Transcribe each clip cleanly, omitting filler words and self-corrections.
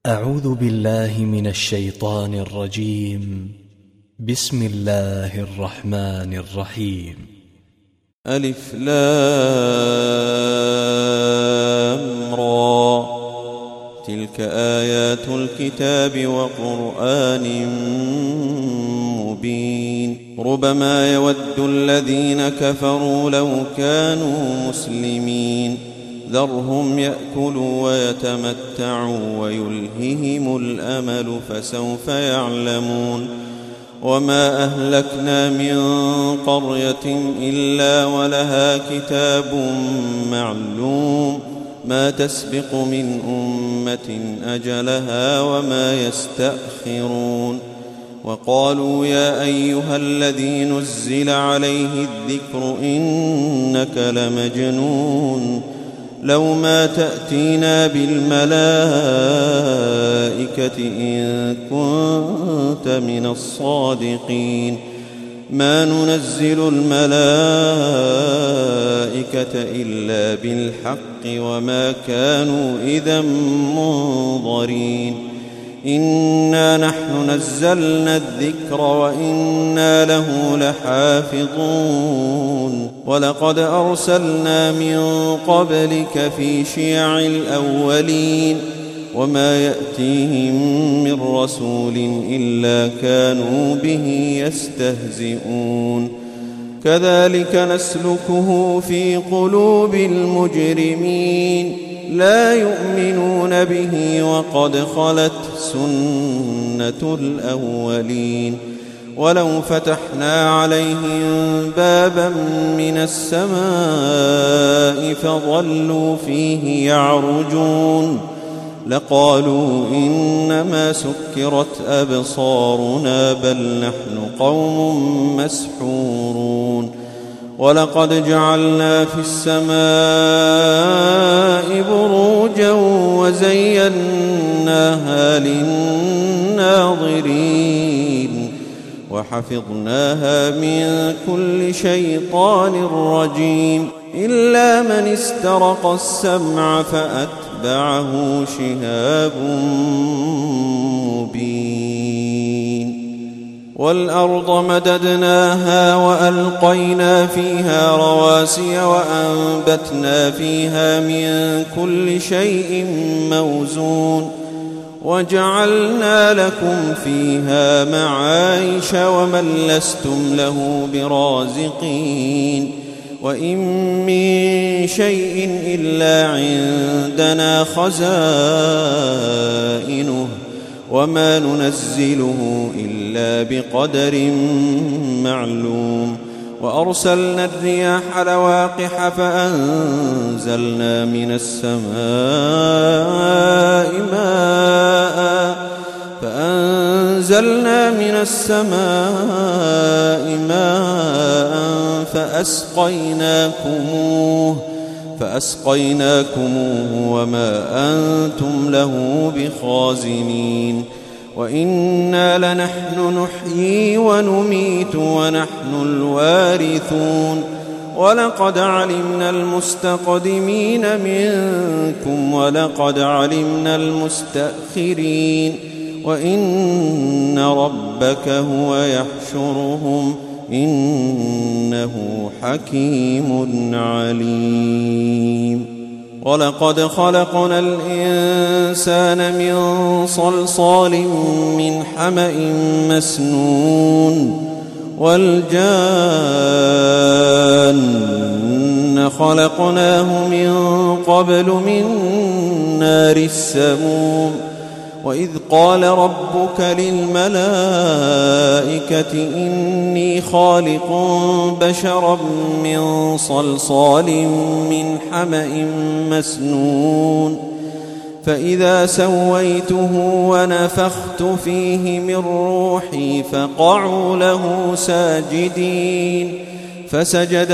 أعوذ بالله من الشيطان الرجيم. بسم الله الرحمن الرحيم. ألف لام را، تلك آيات الكتاب وقرآن مبين. ربما يود الذين كفروا لو كانوا مسلمين، ذرهم يأكلوا ويتمتعوا ويلههم الأمل فسوف يعلمون. وما أهلكنا من قرية إلا ولها كتاب معلوم، ما تسبق من أمة أجلها وما يستأخرون. وقالوا يا أيها الذي نزل عليه الذكر إنك لمجنون، لو ما تأتينا بالملائكة إن كنت من الصادقين. ما ننزل الملائكة إلا بالحق وما كانوا إذا منظرين. إنا نحن نزلنا الذكر وإنا له لحافظون. ولقد أرسلنا من قبلك في شيع الأولين، وما يأتيهم من رسول إلا كانوا به يستهزئون. كذلك نسلكه في قلوب المجرمين، لا يؤمنون به وقد خلت سنة الأولين. ولو فتحنا عليهم بابا من السماء فظلوا فيه يعرجون لقالوا إنما سكرت أبصارنا بل نحن قوم مسحورون. ولقد جعلنا في السماء بروجا وزيناها للناظرين وحفظناها من كل شيطان رجيم إلا من استرق السمع فأتبعه شهاب مبين. والأرض مددناها وألقينا فيها رواسي وأنبتنا فيها من كل شيء موزون وجعلنا لكم فيها معايش ومن لستم له برازقين. وإن من شيء إلا عندنا خزائنه وما ننزله إلا بقدر معلوم. وأرسلنا الرياح لواقح فأنزلنا من السماء ماء فأسقيناكموه وما أنتم له بخازنين. وإنا لنحن نحيي ونميت ونحن الوارثون. ولقد علمنا المستقدمين منكم ولقد علمنا المستأخرين وإن ربك هو يحشرهم إنه حكيم عليم. ولقد خلقنا الإنسان من صلصال من حمأ مسنون والجان خلقناه من قبل من نار السموم. وإذ قال ربك للملائكة إني خالق بشرا من صلصال من حمأ مسنون فإذا سويته ونفخت فيه من روحي فقعوا له ساجدين فسجد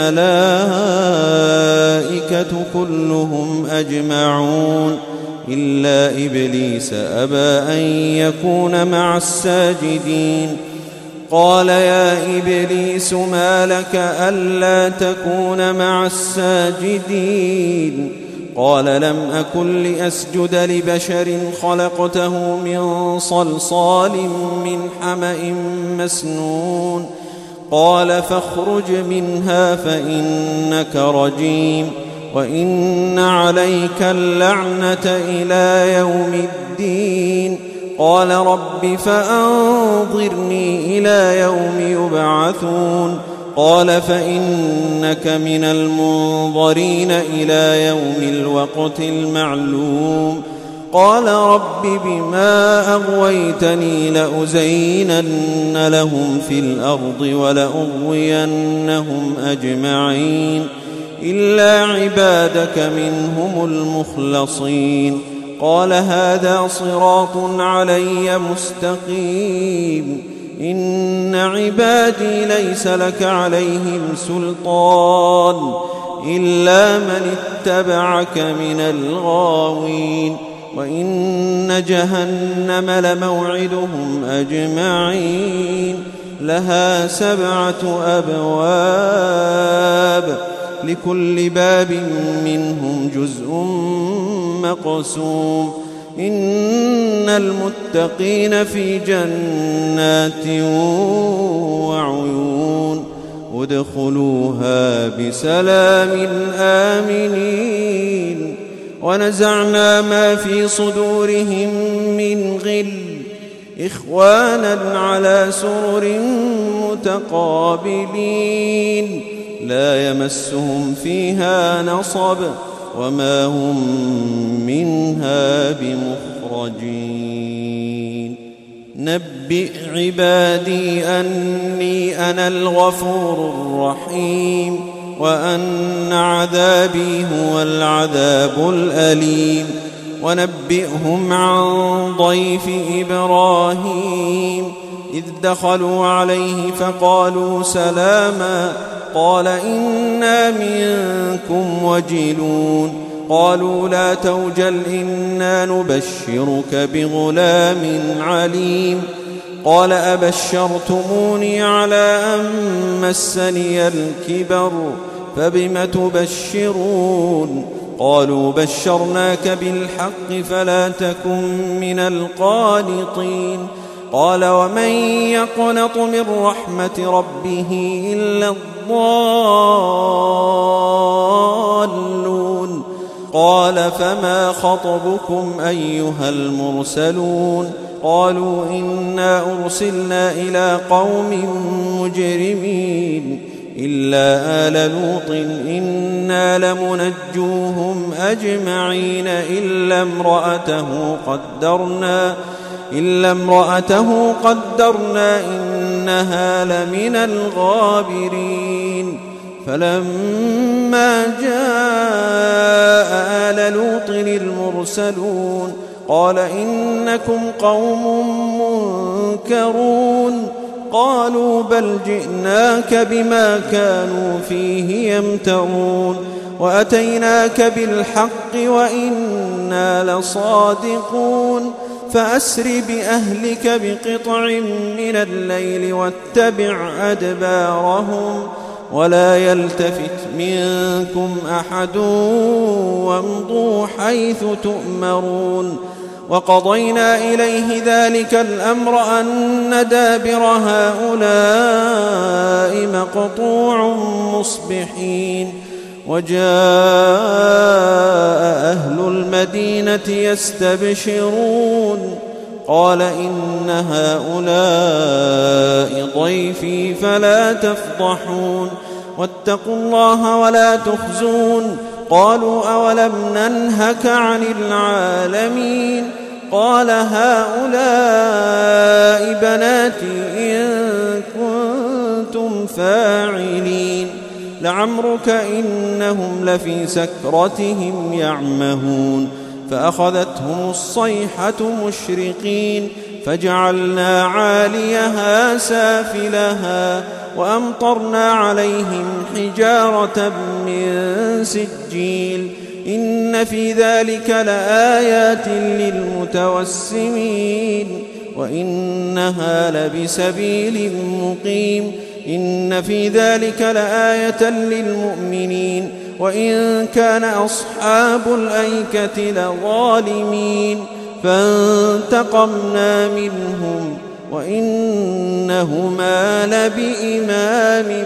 الملائكة كلهم أجمعون إلا إبليس أبى أن يكون مع الساجدين. قال يا إبليس ما لك ألا تكون مع الساجدين قال لم أكن لأسجد لبشر خلقته من صلصال من حمأ مسنون قال فاخرج منها فإنك رجيم وإن عليك اللعنة إلى يوم الدين قال رب فأنظرني إلى يوم يبعثون قال فإنك من المنظرين إلى يوم الوقت المعلوم قال رب بما أغويتني لأزينن لهم في الأرض ولأغوينهم أجمعين إلا عبادك منهم المخلصين قال هذا صراط علي مستقيم إن عبادي ليس لك عليهم سلطان إلا من اتبعك من الغاوين وإن جهنم لموعدهم أجمعين لها 7 أبواب لكل باب منهم جزء مقسوم إن المتقين في جنات وعيون ادخلوها بسلام آمنين ونزعنا ما في صدورهم من غل إخوانا على سرر متقابلين لا يمسهم فيها نصب وما هم منها بمخرجين نبئ عبادي أني أنا الغفور الرحيم وأن عذابي هو العذاب الأليم ونبئهم عن ضيف إبراهيم إذ دخلوا عليه فقالوا سلاما قال إنا منكم وجلون قالوا لا توجل إنا نبشرك بغلام عليم قال أبشرتموني على أن مسني الكبر فبم تبشرون قالوا بشرناك بالحق فلا تكن من القانطين قال ومن يقنط من رحمة ربه إلا الضالون قال فما خطبكم أيها المرسلون قالوا إنا أرسلنا إلى قوم مجرمين إلا آل لوط إنا لمنجوهم أجمعين إلا امرأته قدرنا إنها لمن الغابرين فلما جاء آل لوط المرسلون قال إنكم قوم منكرون قالوا بل جئناك بما كانوا فيه يمترون وأتيناك بالحق وإنا لصادقون فأسر بأهلك بقطع من الليل واتبع أدبارهم ولا يلتفت منكم أحد وامضوا حيث تؤمرون وقضينا إليه ذلك الأمر أن دابر هؤلاء مقطوع مصبحين وجاء أهل المدينة يستبشرون قال إن هؤلاء ضيفي فلا تفضحون واتقوا الله ولا تخزون قالوا أولم ننهك عن العالمين قال هؤلاء بناتي إن كنتم فاعلين لعمرك إنهم لفي سكرتهم يعمهون فأخذتهم الصيحة مشرقين فجعلنا عاليها سافلها وأمطرنا عليهم حجارة من سجيل إن في ذلك لآيات للمتوسمين وإنها لبسبيل مقيم إن في ذلك لآية للمؤمنين وإن كان أصحاب الأيكة لظالمين فانتقمنا منهم وإنهما لبإمام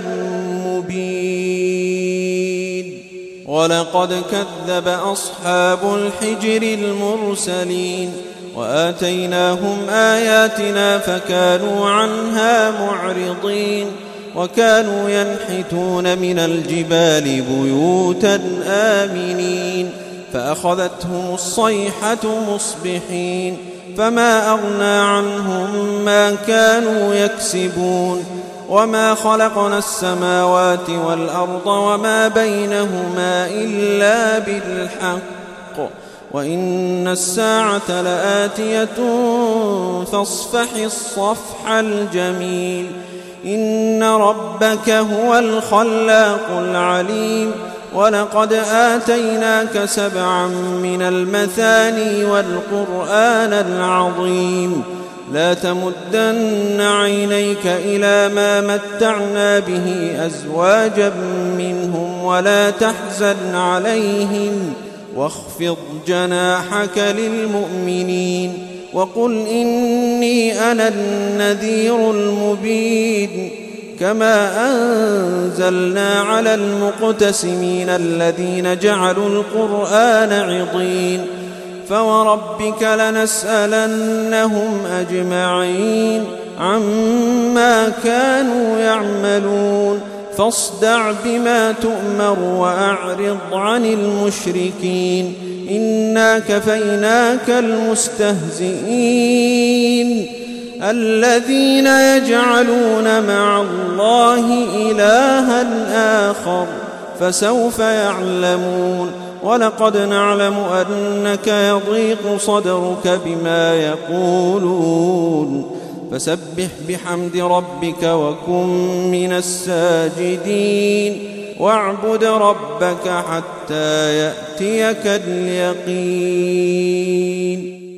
مبين ولقد كذب أصحاب الحجر المرسلين وآتيناهم آياتنا فكانوا عنها معرضين وكانوا ينحتون من الجبال بيوتا آمنين فأخذتهم الصيحة مصبحين فما أغنى عنهم ما كانوا يكسبون وما خلقنا السماوات والأرض وما بينهما إلا بالحق وإن الساعة لآتية فاصفح الصفح الجميل إن ربك هو الخلاق العليم ولقد آتيناك 7 من المثاني والقرآن العظيم لا تمدن عينيك إلى ما متعنا به أزواجا منهم ولا تحزن عليهم واخفض جناحك للمؤمنين وقل إني أنا النذير المبين كما أنزلنا على المقتسمين الذين جعلوا القرآن عضين فوربك لنسألنهم أجمعين عما كانوا يعملون فاصدع بما تؤمر وأعرض عن المشركين إنا كفيناك المستهزئين الذين يجعلون مع الله إلها آخر فسوف يعلمون ولقد نعلم أنك يضيق صدرك بما يقولون فسبح بحمد ربك وكن من الساجدين واعبد ربك حتى يأتيك اليقين